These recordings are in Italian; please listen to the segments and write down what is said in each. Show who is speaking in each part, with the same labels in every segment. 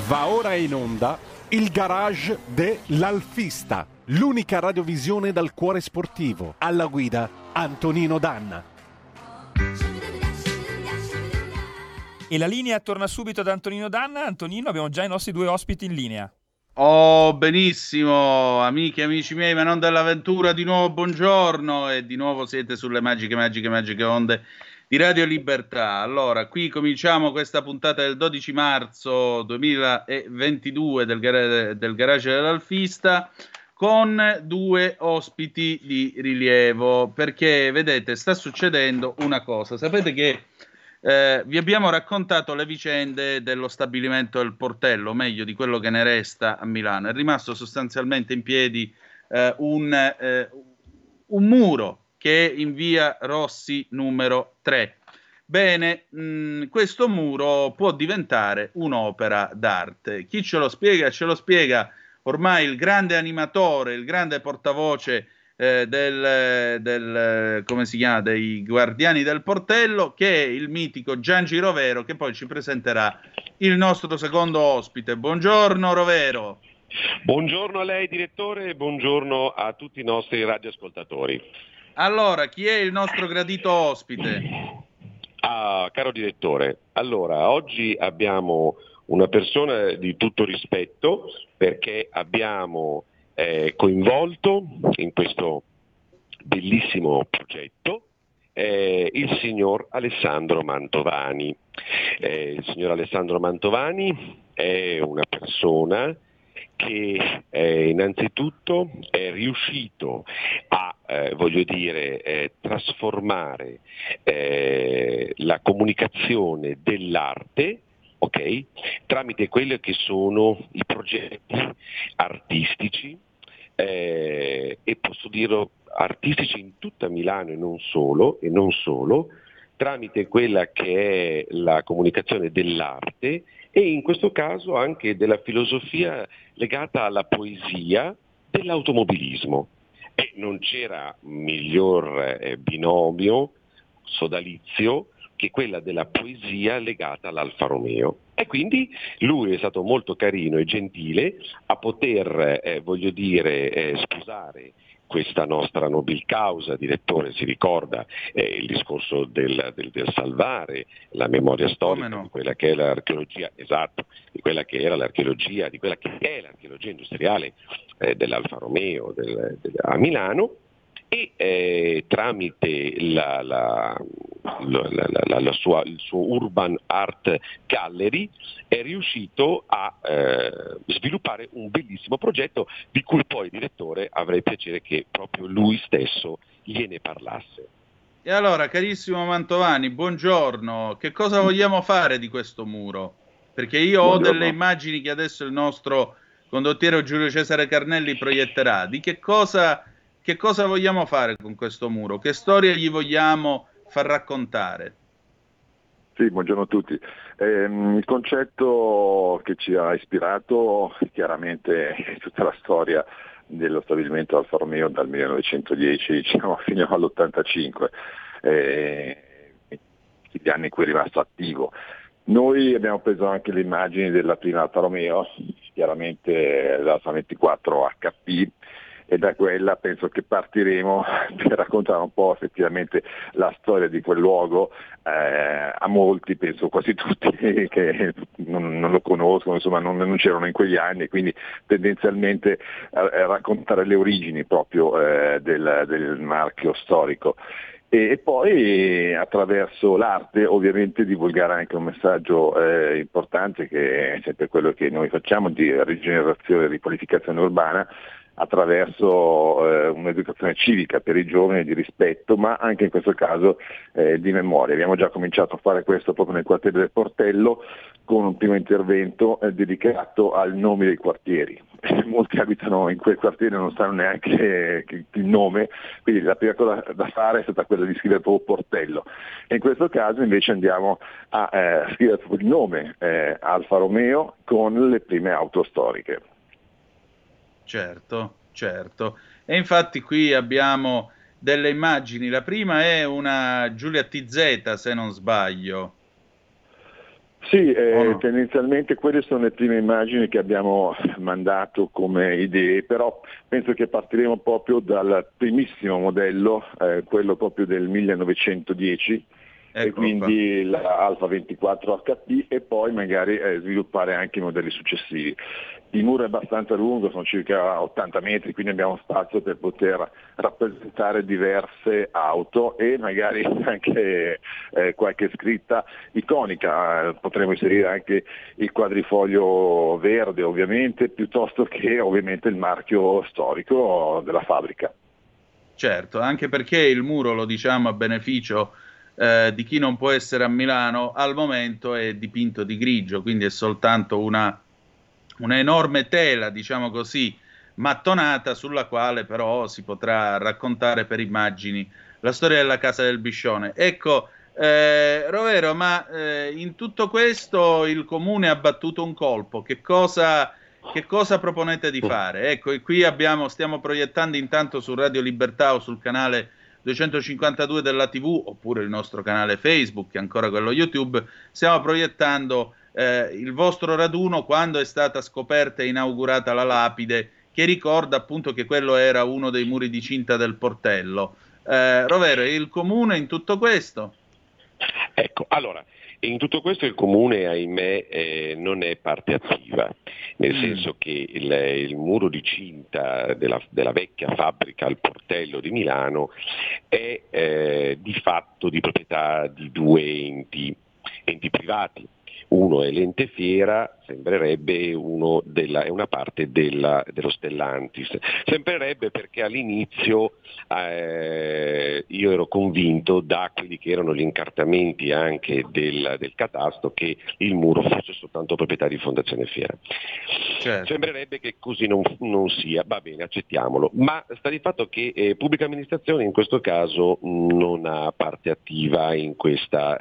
Speaker 1: Va ora in onda il Garage dell'Alfista, l'unica radiovisione dal cuore sportivo. Alla guida Antonino Danna.
Speaker 2: E la linea torna subito ad Antonino Danna. Antonino, abbiamo già i nostri due ospiti in linea.
Speaker 3: Oh, benissimo, amiche e amici miei, ma non dell'avventura, di nuovo buongiorno e di nuovo siete sulle magiche onde di Radio Libertà. Allora, qui cominciamo questa puntata del 12 marzo 2022 del Garage dell'Alfista con due ospiti di rilievo, perché vedete, sta succedendo una cosa. Sapete che vi abbiamo raccontato le vicende dello stabilimento del Portello, meglio di quello che ne resta a Milano. È rimasto sostanzialmente in piedi un muro che è in via Rossi numero 3. Bene, questo muro può diventare un'opera d'arte. Chi ce lo spiega? Ce lo spiega ormai il grande animatore, il grande portavoce come si chiama, dei Guardiani del Portello, che è il mitico Giangi Rovero, che poi ci presenterà il nostro secondo ospite. Buongiorno Rovero.
Speaker 4: Buongiorno a lei direttore e buongiorno a tutti i nostri radioascoltatori.
Speaker 3: Allora, chi è il nostro gradito ospite?
Speaker 4: Caro direttore, allora oggi abbiamo una persona di tutto rispetto, perché abbiamo coinvolto in questo bellissimo progetto il signor Alessandro Mantovani. Il signor Alessandro Mantovani è una persona che innanzitutto è riuscito a trasformare la comunicazione dell'arte, ok, tramite quelli che sono i progetti artistici, e posso dirlo artistici in tutta Milano e non solo, tramite quella che è la comunicazione dell'arte e in questo caso anche della filosofia legata alla poesia dell'automobilismo. E non c'era miglior binomio, sodalizio, che quella della poesia legata all'Alfa Romeo. E quindi lui è stato molto carino e gentile a poter, sposare questa nostra nobil causa. Direttore, si ricorda il discorso del salvare la memoria storica, no, di quella che è l'archeologia, esatto, di quella che era l'archeologia, di quella che è l'archeologia industriale dell'Alfa Romeo a Milano, e tramite il suo Urban Art Gallery è riuscito a sviluppare un bellissimo progetto di cui poi, direttore, avrei piacere che proprio lui stesso gliene parlasse.
Speaker 3: E allora, carissimo Mantovani, buongiorno. Che cosa vogliamo fare di questo muro? Perché io ho delle immagini che adesso il nostro condottiero Giulio Cesare Carnelli proietterà. Di che cosa vogliamo fare con questo muro? Che storia gli vogliamo far raccontare?
Speaker 5: Sì, buongiorno a tutti. Il concetto che ci ha ispirato chiaramente è tutta la storia dello stabilimento Alfa Romeo dal 1910 fino all'85, gli anni in cui è rimasto attivo. Noi abbiamo preso anche le immagini della prima Alfa Romeo, chiaramente l'Alfa 24 HP, e da quella penso che partiremo per raccontare un po' effettivamente la storia di quel luogo. A molti, penso quasi tutti, che non lo conoscono, insomma non c'erano in quegli anni, quindi tendenzialmente raccontare le origini proprio del marchio storico. E poi attraverso l'arte ovviamente divulgare anche un messaggio importante, che è sempre quello che noi facciamo, di rigenerazione e riqualificazione urbana, attraverso un'educazione civica per i giovani, di rispetto, ma anche in questo caso di memoria. Abbiamo già cominciato a fare questo proprio nel quartiere del Portello, con un primo intervento dedicato al nome dei quartieri. Molti abitano in quel quartiere e non sanno neanche il nome, quindi la prima cosa da fare è stata quella di scrivere proprio Portello. E in questo caso invece andiamo a scrivere proprio il nome Alfa Romeo con le prime auto storiche.
Speaker 3: Certo. E infatti qui abbiamo delle immagini. La prima è una Giulia TZ, se non sbaglio.
Speaker 5: Sì,
Speaker 3: no?
Speaker 5: tendenzialmente quelle sono le prime immagini che abbiamo mandato come idee, però penso che partiremo proprio dal primissimo modello, quello proprio del 1910, e
Speaker 3: Eccolo qua.
Speaker 5: quindi la Alfa 24 HP, e poi magari sviluppare anche i modelli successivi. Il muro è abbastanza lungo, sono circa 80 metri, quindi abbiamo spazio per poter rappresentare diverse auto e magari anche qualche scritta iconica. Potremmo inserire anche il quadrifoglio verde, ovviamente, piuttosto che ovviamente il marchio storico della fabbrica.
Speaker 3: Certo, anche perché il muro, lo diciamo a beneficio di chi non può essere a Milano, al momento è dipinto di grigio, quindi è soltanto una enorme tela, diciamo così, mattonata, sulla quale però si potrà raccontare per immagini la storia della casa del Biscione. Ecco, Rovero, ma in tutto questo il comune ha battuto un colpo. Che cosa proponete di fare? Ecco, e qui stiamo proiettando intanto su Radio Libertà o sul canale 252 della TV, oppure il nostro canale Facebook, che è ancora quello YouTube, stiamo proiettando il vostro raduno quando è stata scoperta e inaugurata la lapide, che ricorda appunto che quello era uno dei muri di cinta del portello. Rovero, e il comune in tutto questo?
Speaker 4: Ecco, allora, in tutto questo il comune, ahimè, non è parte attiva, nel senso che il muro di cinta della vecchia fabbrica al Portello di Milano è di fatto di proprietà di due enti privati. Uno è l'ente Fiera, sembrerebbe è una parte dello Stellantis. Sembrerebbe perché all'inizio io ero convinto, da quelli che erano gli incartamenti anche del catasto, che il muro fosse soltanto proprietà di Fondazione Fiera.
Speaker 3: Certo.
Speaker 4: Sembrerebbe che così non sia, va bene, accettiamolo, ma sta di fatto che pubblica amministrazione in questo caso non ha parte attiva in questa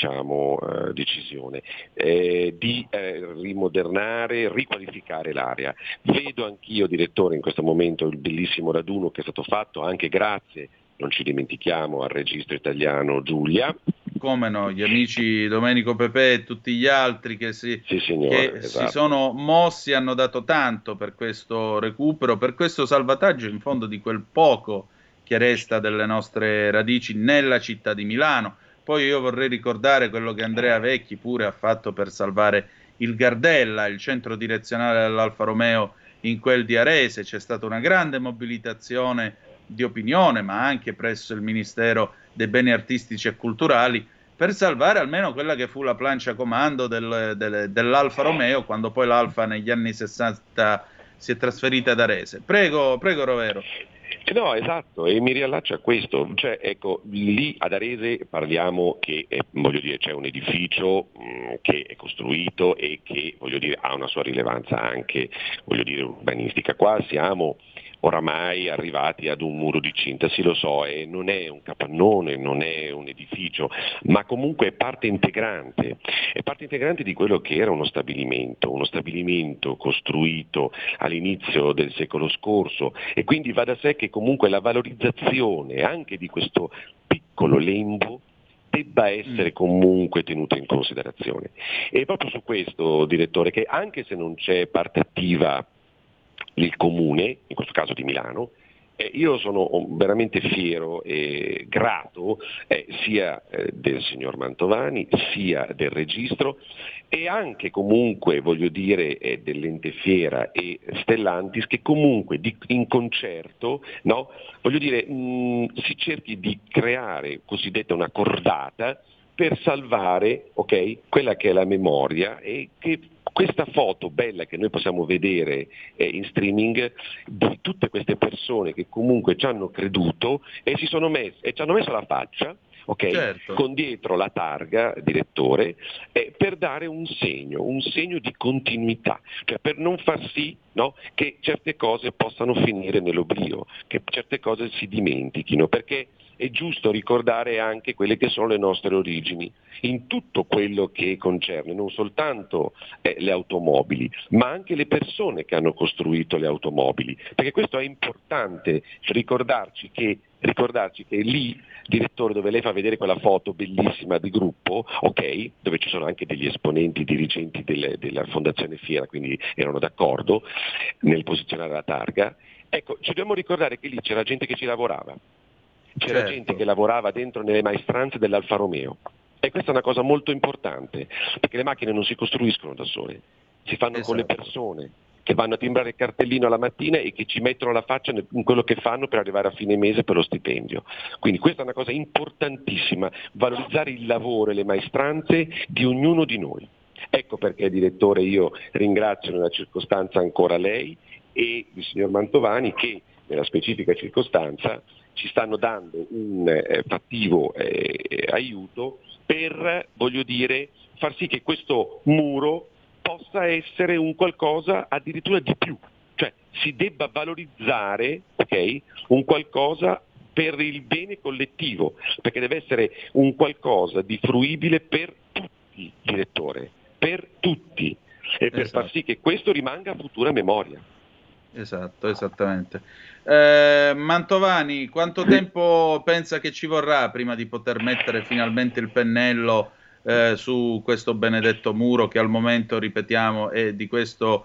Speaker 4: decisione di rimodernare, riqualificare l'area. Vedo anch'io, direttore, in questo momento il bellissimo raduno che è stato fatto anche grazie, non ci dimentichiamo, al registro italiano Giulia.
Speaker 3: Come no, gli amici Domenico Pepe e tutti gli altri che si
Speaker 4: Esatto.
Speaker 3: sono mossi, hanno dato tanto per questo recupero, per questo salvataggio in fondo di quel poco che resta delle nostre radici nella città di Milano. Poi io vorrei ricordare quello che Andrea Vecchi pure ha fatto per salvare il Gardella, il centro direzionale dell'Alfa Romeo in quel di Arese. C'è stata una grande mobilitazione di opinione, ma anche presso il Ministero dei Beni Artistici e Culturali, per salvare almeno quella che fu la plancia comando dell'Alfa Romeo, quando poi l'Alfa negli anni 60 si è trasferita ad Arese. Prego Rovero.
Speaker 4: No, esatto, e mi riallaccio a questo, cioè ecco, lì ad Arese parliamo che c'è un edificio che è costruito e che ha una sua rilevanza anche urbanistica. Qua siamo oramai arrivati ad un muro di cinta, sì lo so, e non è un capannone, non è un edificio, ma comunque è parte integrante di quello che era uno stabilimento costruito all'inizio del secolo scorso, e quindi va da sé che comunque la valorizzazione anche di questo piccolo lembo debba essere comunque tenuta in considerazione. E proprio su questo, direttore, che anche se non c'è parte attiva il comune, in questo caso di Milano, io sono veramente fiero e grato sia del signor Mantovani sia del registro, e anche comunque dell'ente Fiera e Stellantis, che comunque in concerto si cerchi di creare cosiddetta una cordata per salvare quella che è la memoria, e che questa foto bella che noi possiamo vedere in streaming di tutte queste persone che comunque ci hanno creduto e ci hanno messo la faccia,
Speaker 3: Certo.
Speaker 4: con dietro la targa, direttore, per dare un segno di continuità, cioè per non far sì che certe cose possano finire nell'oblio, che certe cose si dimentichino, perché è giusto ricordare anche quelle che sono le nostre origini, in tutto quello che concerne non soltanto le automobili, ma anche le persone che hanno costruito le automobili, perché questo è importante, ricordarci che ricordarci che lì, direttore, dove lei fa vedere quella foto bellissima di gruppo, ok, dove ci sono anche degli esponenti dirigenti della Fondazione Fiera, quindi erano d'accordo nel posizionare la targa, ecco, ci dobbiamo ricordare che lì c'era gente che ci lavorava, c'era gente che lavorava dentro nelle maestranze dell'Alfa Romeo, e questa è una cosa molto importante, perché le macchine non si costruiscono da sole, si fanno con le persone che vanno a timbrare il cartellino alla mattina e che ci mettono la faccia in quello che fanno per arrivare a fine mese per lo stipendio. Quindi questa è una cosa importantissima, valorizzare il lavoro e le maestranze di ognuno di noi. Ecco perché, direttore, io ringrazio nella circostanza ancora lei e il signor Mantovani, che nella specifica circostanza ci stanno dando un fattivo aiuto per, voglio dire, far sì che questo muro possa essere un qualcosa addirittura di più, cioè si debba valorizzare, ok, un qualcosa per il bene collettivo, perché deve essere un qualcosa di fruibile per tutti, direttore, per tutti, e per far sì che questo rimanga a futura memoria.
Speaker 3: Esatto, esattamente. Mantovani, quanto tempo pensa che ci vorrà prima di poter mettere finalmente il pennello su questo benedetto muro che al momento, ripetiamo, è di questo,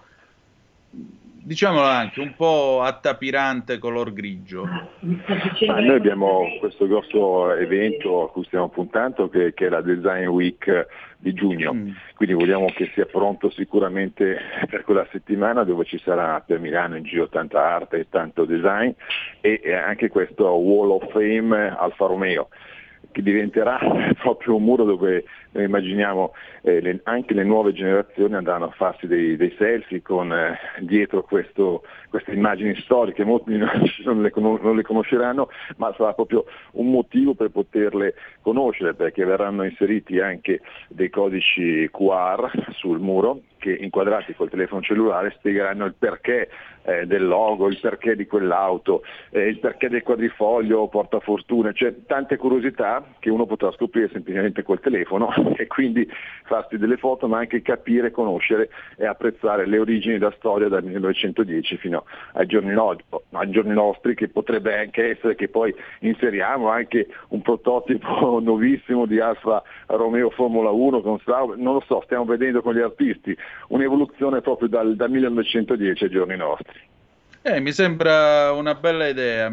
Speaker 3: diciamolo anche, un po' attapirante color grigio?
Speaker 5: Noi abbiamo questo grosso evento a cui stiamo puntando che è la Design Week di giugno, quindi vogliamo che sia pronto sicuramente per quella settimana, dove ci sarà per Milano in giro tanta arte e tanto design, e anche questo Wall of Fame Alfa Romeo, che diventerà proprio un muro dove noi immaginiamo anche le nuove generazioni andranno a farsi dei selfie con dietro queste immagini storiche. Molti non le conosceranno, ma sarà proprio un motivo per poterle conoscere, perché verranno inseriti anche dei codici QR sul muro che, inquadrati col telefono cellulare, spiegheranno il perché del logo, il perché di quell'auto, il perché del quadrifoglio portafortune, cioè tante curiosità che uno potrà scoprire semplicemente col telefono e quindi farsi delle foto, ma anche capire, conoscere e apprezzare le origini della storia dal 1910 fino ai giorni nostri, che potrebbe anche essere che poi inseriamo anche un prototipo nuovissimo di Alfa Romeo Formula 1 con Sauber, non lo so, stiamo vedendo con gli artisti un'evoluzione proprio dal 1910 ai giorni nostri.
Speaker 3: Mi sembra una bella idea,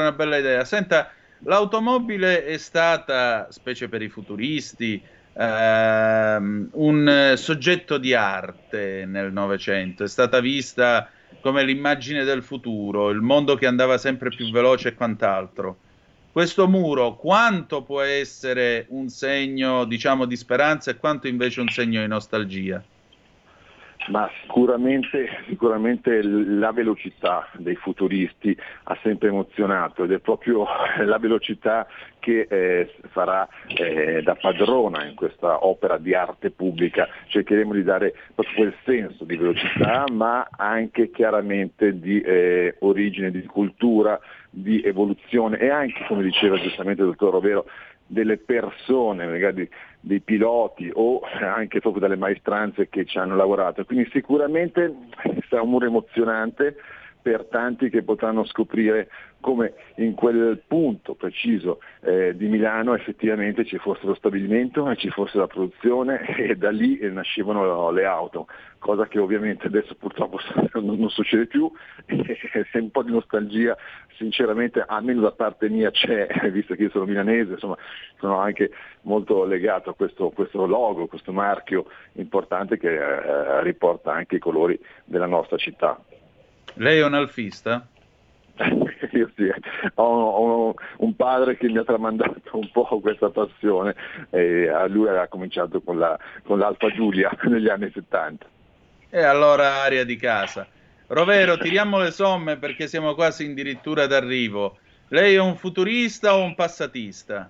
Speaker 3: Senta, l'automobile è stata, specie per i futuristi, un soggetto di arte nel Novecento, è stata vista come l'immagine del futuro, il mondo che andava sempre più veloce e quant'altro. Questo muro, quanto può essere un segno, diciamo, di speranza e quanto invece un segno di nostalgia?
Speaker 5: Ma sicuramente la velocità dei futuristi ha sempre emozionato, ed è proprio la velocità che farà da padrona in questa opera di arte pubblica. Cercheremo di dare proprio quel senso di velocità, ma anche chiaramente di origine, di cultura, di evoluzione, e anche, come diceva giustamente il dottor Rovero, delle persone, magari dei piloti o anche proprio dalle maestranze che ci hanno lavorato. Quindi sicuramente sarà un muro emozionante per tanti che potranno scoprire come in quel punto preciso di Milano effettivamente ci fosse lo stabilimento e ci fosse la produzione, e da lì nascevano le auto, cosa che ovviamente adesso purtroppo non succede più, e se un po' di nostalgia sinceramente almeno da parte mia c'è, visto che io sono milanese, insomma sono anche molto legato a questo logo, questo marchio importante che riporta anche i colori della nostra città.
Speaker 3: Lei è un alfista?
Speaker 5: Io sì, ho un padre che mi ha tramandato un po' questa passione, e a lui ha cominciato con l'Alfa Giulia negli anni 70.
Speaker 3: E allora aria di casa. Rovero, tiriamo le somme perché siamo quasi addirittura d'arrivo. Lei è un futurista o un passatista?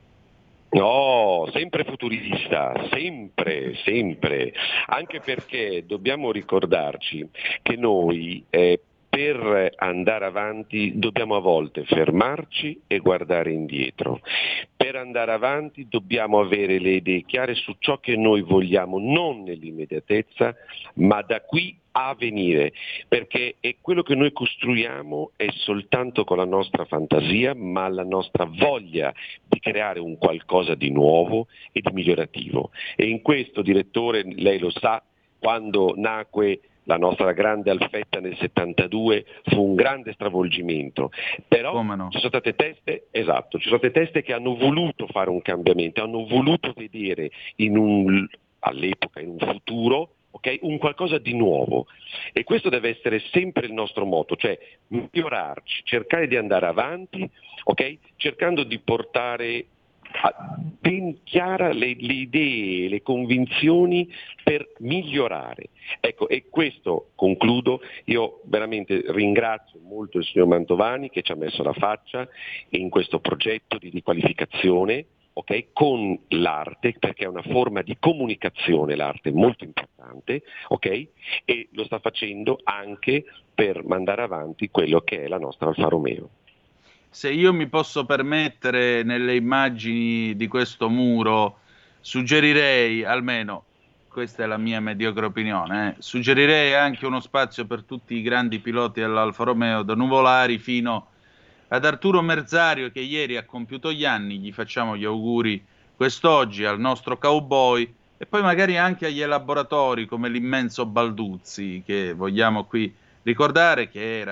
Speaker 4: No, sempre futurista, sempre, anche perché dobbiamo ricordarci che noi per andare avanti dobbiamo a volte fermarci e guardare indietro. Per andare avanti dobbiamo avere le idee chiare su ciò che noi vogliamo, non nell'immediatezza, ma da qui a venire. perché quello che noi costruiamo è soltanto con la nostra fantasia, ma la nostra voglia di creare un qualcosa di nuovo e di migliorativo. E in questo, direttore, lei lo sa, quando nacque la nostra grande Alfetta nel 72 fu un grande stravolgimento, però
Speaker 3: No?
Speaker 4: ci sono state teste che hanno voluto fare un cambiamento, hanno voluto vedere all'epoca, in un futuro, un qualcosa di nuovo, e questo deve essere sempre il nostro motto, cioè migliorarci, cercare di andare avanti, cercando di portare ben chiara le idee, le convinzioni per migliorare. Ecco, e questo concludo, io veramente ringrazio molto il signor Mantovani che ci ha messo la faccia in questo progetto di riqualificazione, con l'arte, perché è una forma di comunicazione, l'arte molto importante, e lo sta facendo anche per mandare avanti quello che è la nostra Alfa Romeo.
Speaker 3: Se io mi posso permettere, nelle immagini di questo muro, suggerirei, almeno questa è la mia mediocre opinione, suggerirei anche uno spazio per tutti i grandi piloti dell'Alfa Romeo, da Nuvolari fino ad Arturo Merzario, che ieri ha compiuto gli anni, gli facciamo gli auguri quest'oggi, al nostro cowboy, e poi magari anche agli elaboratori come l'immenso Balduzzi, che vogliamo qui ricordare, che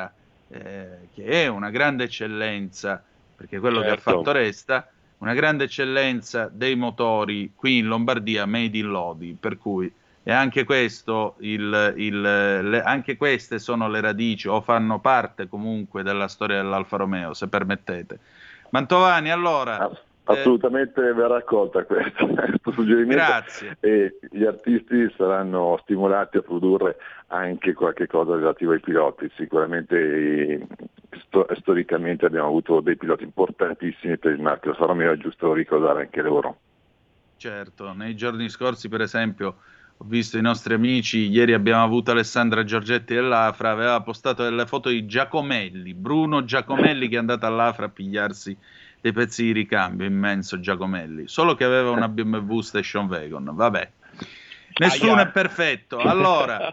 Speaker 3: è una grande eccellenza, perché quello che ha fatto resta, una grande eccellenza dei motori qui in Lombardia, made in Lodi, per cui e anche questo anche queste sono le radici, o fanno parte comunque della storia dell'Alfa Romeo, se permettete. Mantovani, allora
Speaker 5: assolutamente verrà accolta questo suggerimento.
Speaker 3: Grazie.
Speaker 5: E gli artisti saranno stimolati a produrre anche qualche cosa relativo ai piloti. Sicuramente storicamente abbiamo avuto dei piloti importantissimi per il marchio Alfa Romeo, è giusto ricordare anche loro.
Speaker 3: Certo, nei giorni scorsi per esempio ho visto i nostri amici, ieri abbiamo avuto Alessandra Giorgetti dell'Afra, aveva postato delle foto di Giacomelli, Bruno Giacomelli, che è andato all'Afra a pigliarsi dei pezzi di ricambio, immenso Giacomelli, solo che aveva una BMW Station Wagon, vabbè. Nessuno è perfetto. Allora,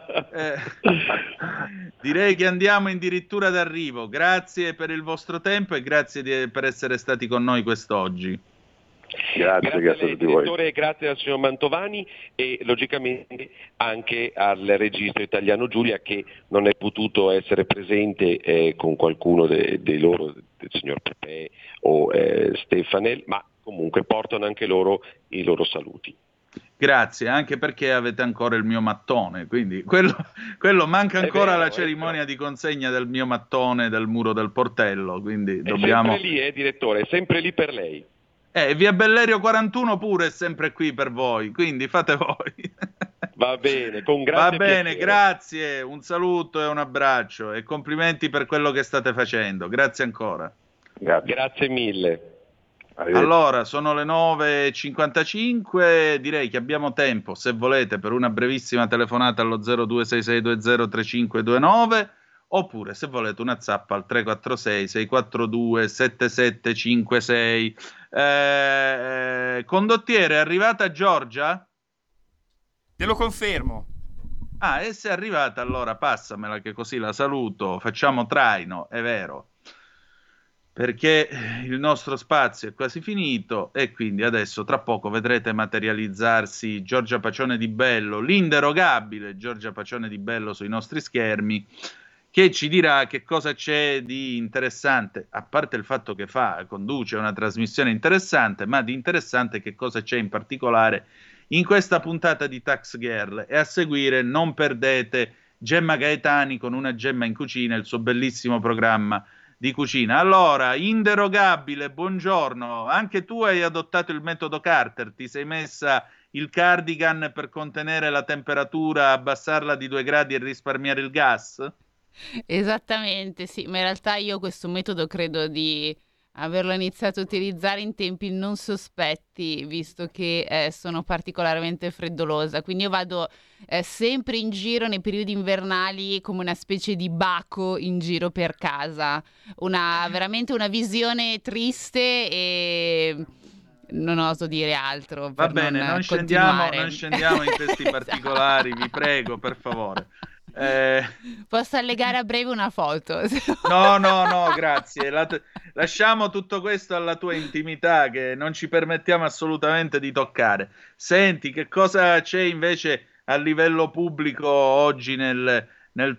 Speaker 3: direi che andiamo addirittura d'arrivo. Grazie per il vostro tempo e grazie per essere stati con noi quest'oggi.
Speaker 5: Grazie a tutti voi.
Speaker 4: Grazie al signor Mantovani e logicamente anche al registro italiano Giulia, che non è potuto essere presente con qualcuno dei loro, del signor Pepe o Stefanel, ma comunque portano anche loro i loro saluti.
Speaker 3: Grazie, anche perché avete ancora il mio mattone, quindi quello manca ancora la cerimonia di consegna del mio mattone del muro del portello, quindi dobbiamo...
Speaker 4: Sempre lì, direttore, è sempre lì per lei.
Speaker 3: Via Bellerio 41 pure è sempre qui per voi, quindi fate voi.
Speaker 4: Va bene, con grande piacere.
Speaker 3: Grazie, un saluto e un abbraccio e complimenti per quello che state facendo, grazie ancora.
Speaker 4: Grazie mille.
Speaker 3: Allora, sono le 9.55, direi che abbiamo tempo, se volete, per una brevissima telefonata allo 0266203529, oppure se volete una zappa al 346-642-7756. Condottiere, è arrivata Giorgia?
Speaker 2: Te lo confermo.
Speaker 3: E se è arrivata allora passamela, che così la saluto, facciamo traino, è vero, perché il nostro spazio è quasi finito e quindi adesso tra poco vedrete materializzarsi Giorgia Pacione di Bello, l'inderogabile Giorgia Pacione di Bello sui nostri schermi, che ci dirà che cosa c'è di interessante, a parte il fatto che conduce una trasmissione interessante, ma di interessante che cosa c'è in particolare in questa puntata di Tax Girl. E a seguire non perdete Gemma Gaetani con Una Gemma in Cucina, il suo bellissimo programma di cucina. Allora, inderogabile, buongiorno, anche tu hai adottato il metodo Carter, ti sei messa il cardigan per contenere la temperatura, abbassarla di 2 gradi e risparmiare il gas?
Speaker 6: Esattamente, sì, ma in realtà io questo metodo credo di averlo iniziato a utilizzare in tempi non sospetti, visto che sono particolarmente freddolosa, quindi io vado sempre in giro nei periodi invernali come una specie di baco in giro per casa, veramente una visione triste e non oso dire altro.
Speaker 3: Va bene, non scendiamo in questi particolari, vi prego, per favore.
Speaker 6: Poi posso allegare a breve una foto.
Speaker 3: No, grazie. Lasciamo tutto questo alla tua intimità che non ci permettiamo assolutamente di toccare. Senti, che cosa c'è invece a livello pubblico oggi nel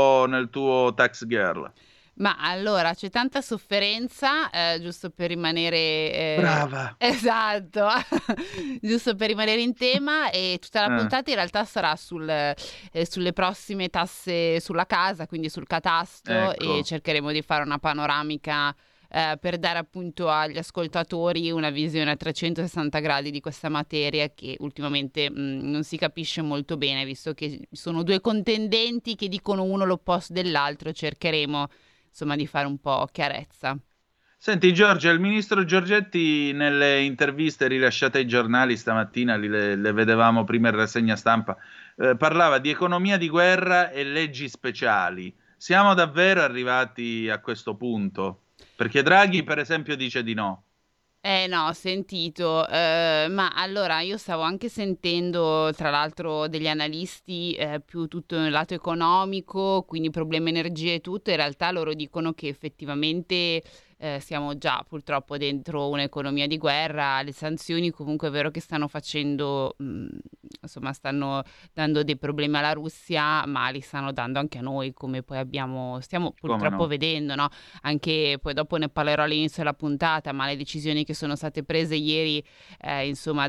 Speaker 3: tuo Tax Girl?
Speaker 6: Ma allora c'è tanta sofferenza, giusto per rimanere
Speaker 3: Brava.
Speaker 6: Esatto, giusto per rimanere in tema, e tutta la puntata in realtà sarà sulle prossime tasse sulla casa, quindi sul catasto,
Speaker 3: Ecco.
Speaker 6: e cercheremo di fare una panoramica per dare appunto agli ascoltatori una visione a 360 gradi di questa materia che ultimamente non si capisce molto bene, visto che sono due contendenti che dicono uno l'opposto dell'altro. Cercheremo insomma di fare un po' chiarezza.
Speaker 3: Senti Giorgia, il ministro Giorgetti nelle interviste rilasciate ai giornali stamattina, le vedevamo prima in rassegna stampa, parlava di economia di guerra e leggi speciali. Siamo davvero arrivati a questo punto? Perché Draghi, per esempio, dice di no.
Speaker 6: No, ho sentito, ma allora io stavo anche sentendo tra l'altro degli analisti più tutto nel lato economico, quindi problema energia e tutto. In realtà loro dicono che effettivamente siamo già purtroppo dentro un'economia di guerra. Le sanzioni comunque è vero che stanno facendo, insomma stanno dando dei problemi alla Russia, ma li stanno dando anche a noi, come poi stiamo purtroppo vedendo, no? Anche poi dopo ne parlerò all'inizio della puntata, ma le decisioni che sono state prese ieri, insomma,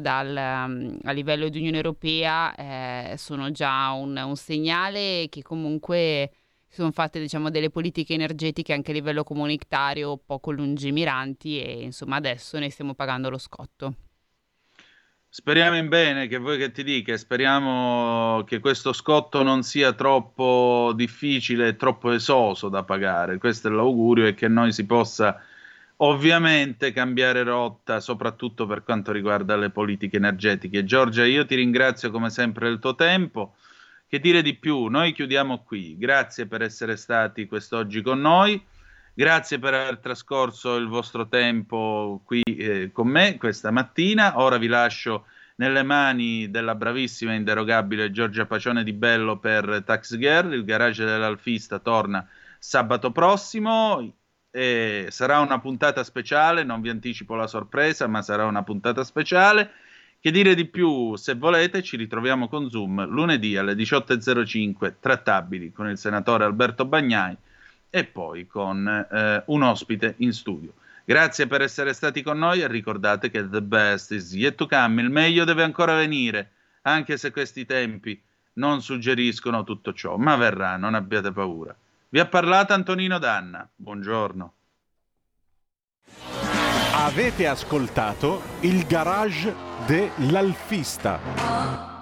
Speaker 6: a livello di Unione Europea, sono già un segnale che comunque sono fatte, diciamo, delle politiche energetiche anche a livello comunitario poco lungimiranti, e insomma adesso ne stiamo pagando lo scotto.
Speaker 3: Speriamo in bene, che vuoi che ti dica, speriamo che questo scotto non sia troppo difficile e troppo esoso da pagare. Questo è l'augurio, e che noi si possa ovviamente cambiare rotta, soprattutto per quanto riguarda le politiche energetiche. Giorgia, io ti ringrazio come sempre del tuo tempo. Che dire di più? Noi chiudiamo qui. Grazie per essere stati quest'oggi con noi. Grazie per aver trascorso il vostro tempo qui con me questa mattina. Ora vi lascio nelle mani della bravissima e inderogabile Giorgia Pacione di Bello per Tax Girl. Il garage dell'Alfista torna sabato prossimo. Sarà una puntata speciale, non vi anticipo la sorpresa, ma sarà una puntata speciale. Che dire di più? Se volete ci ritroviamo con Zoom lunedì alle 18.05, trattabili con il senatore Alberto Bagnai e poi con un ospite in studio. Grazie per essere stati con noi, e ricordate che the best is yet to come, il meglio deve ancora venire, anche se questi tempi non suggeriscono tutto ciò, ma verrà, non abbiate paura. Vi ha parlato Antonino Danna, buongiorno.
Speaker 1: Avete ascoltato il garage dell'Alfista.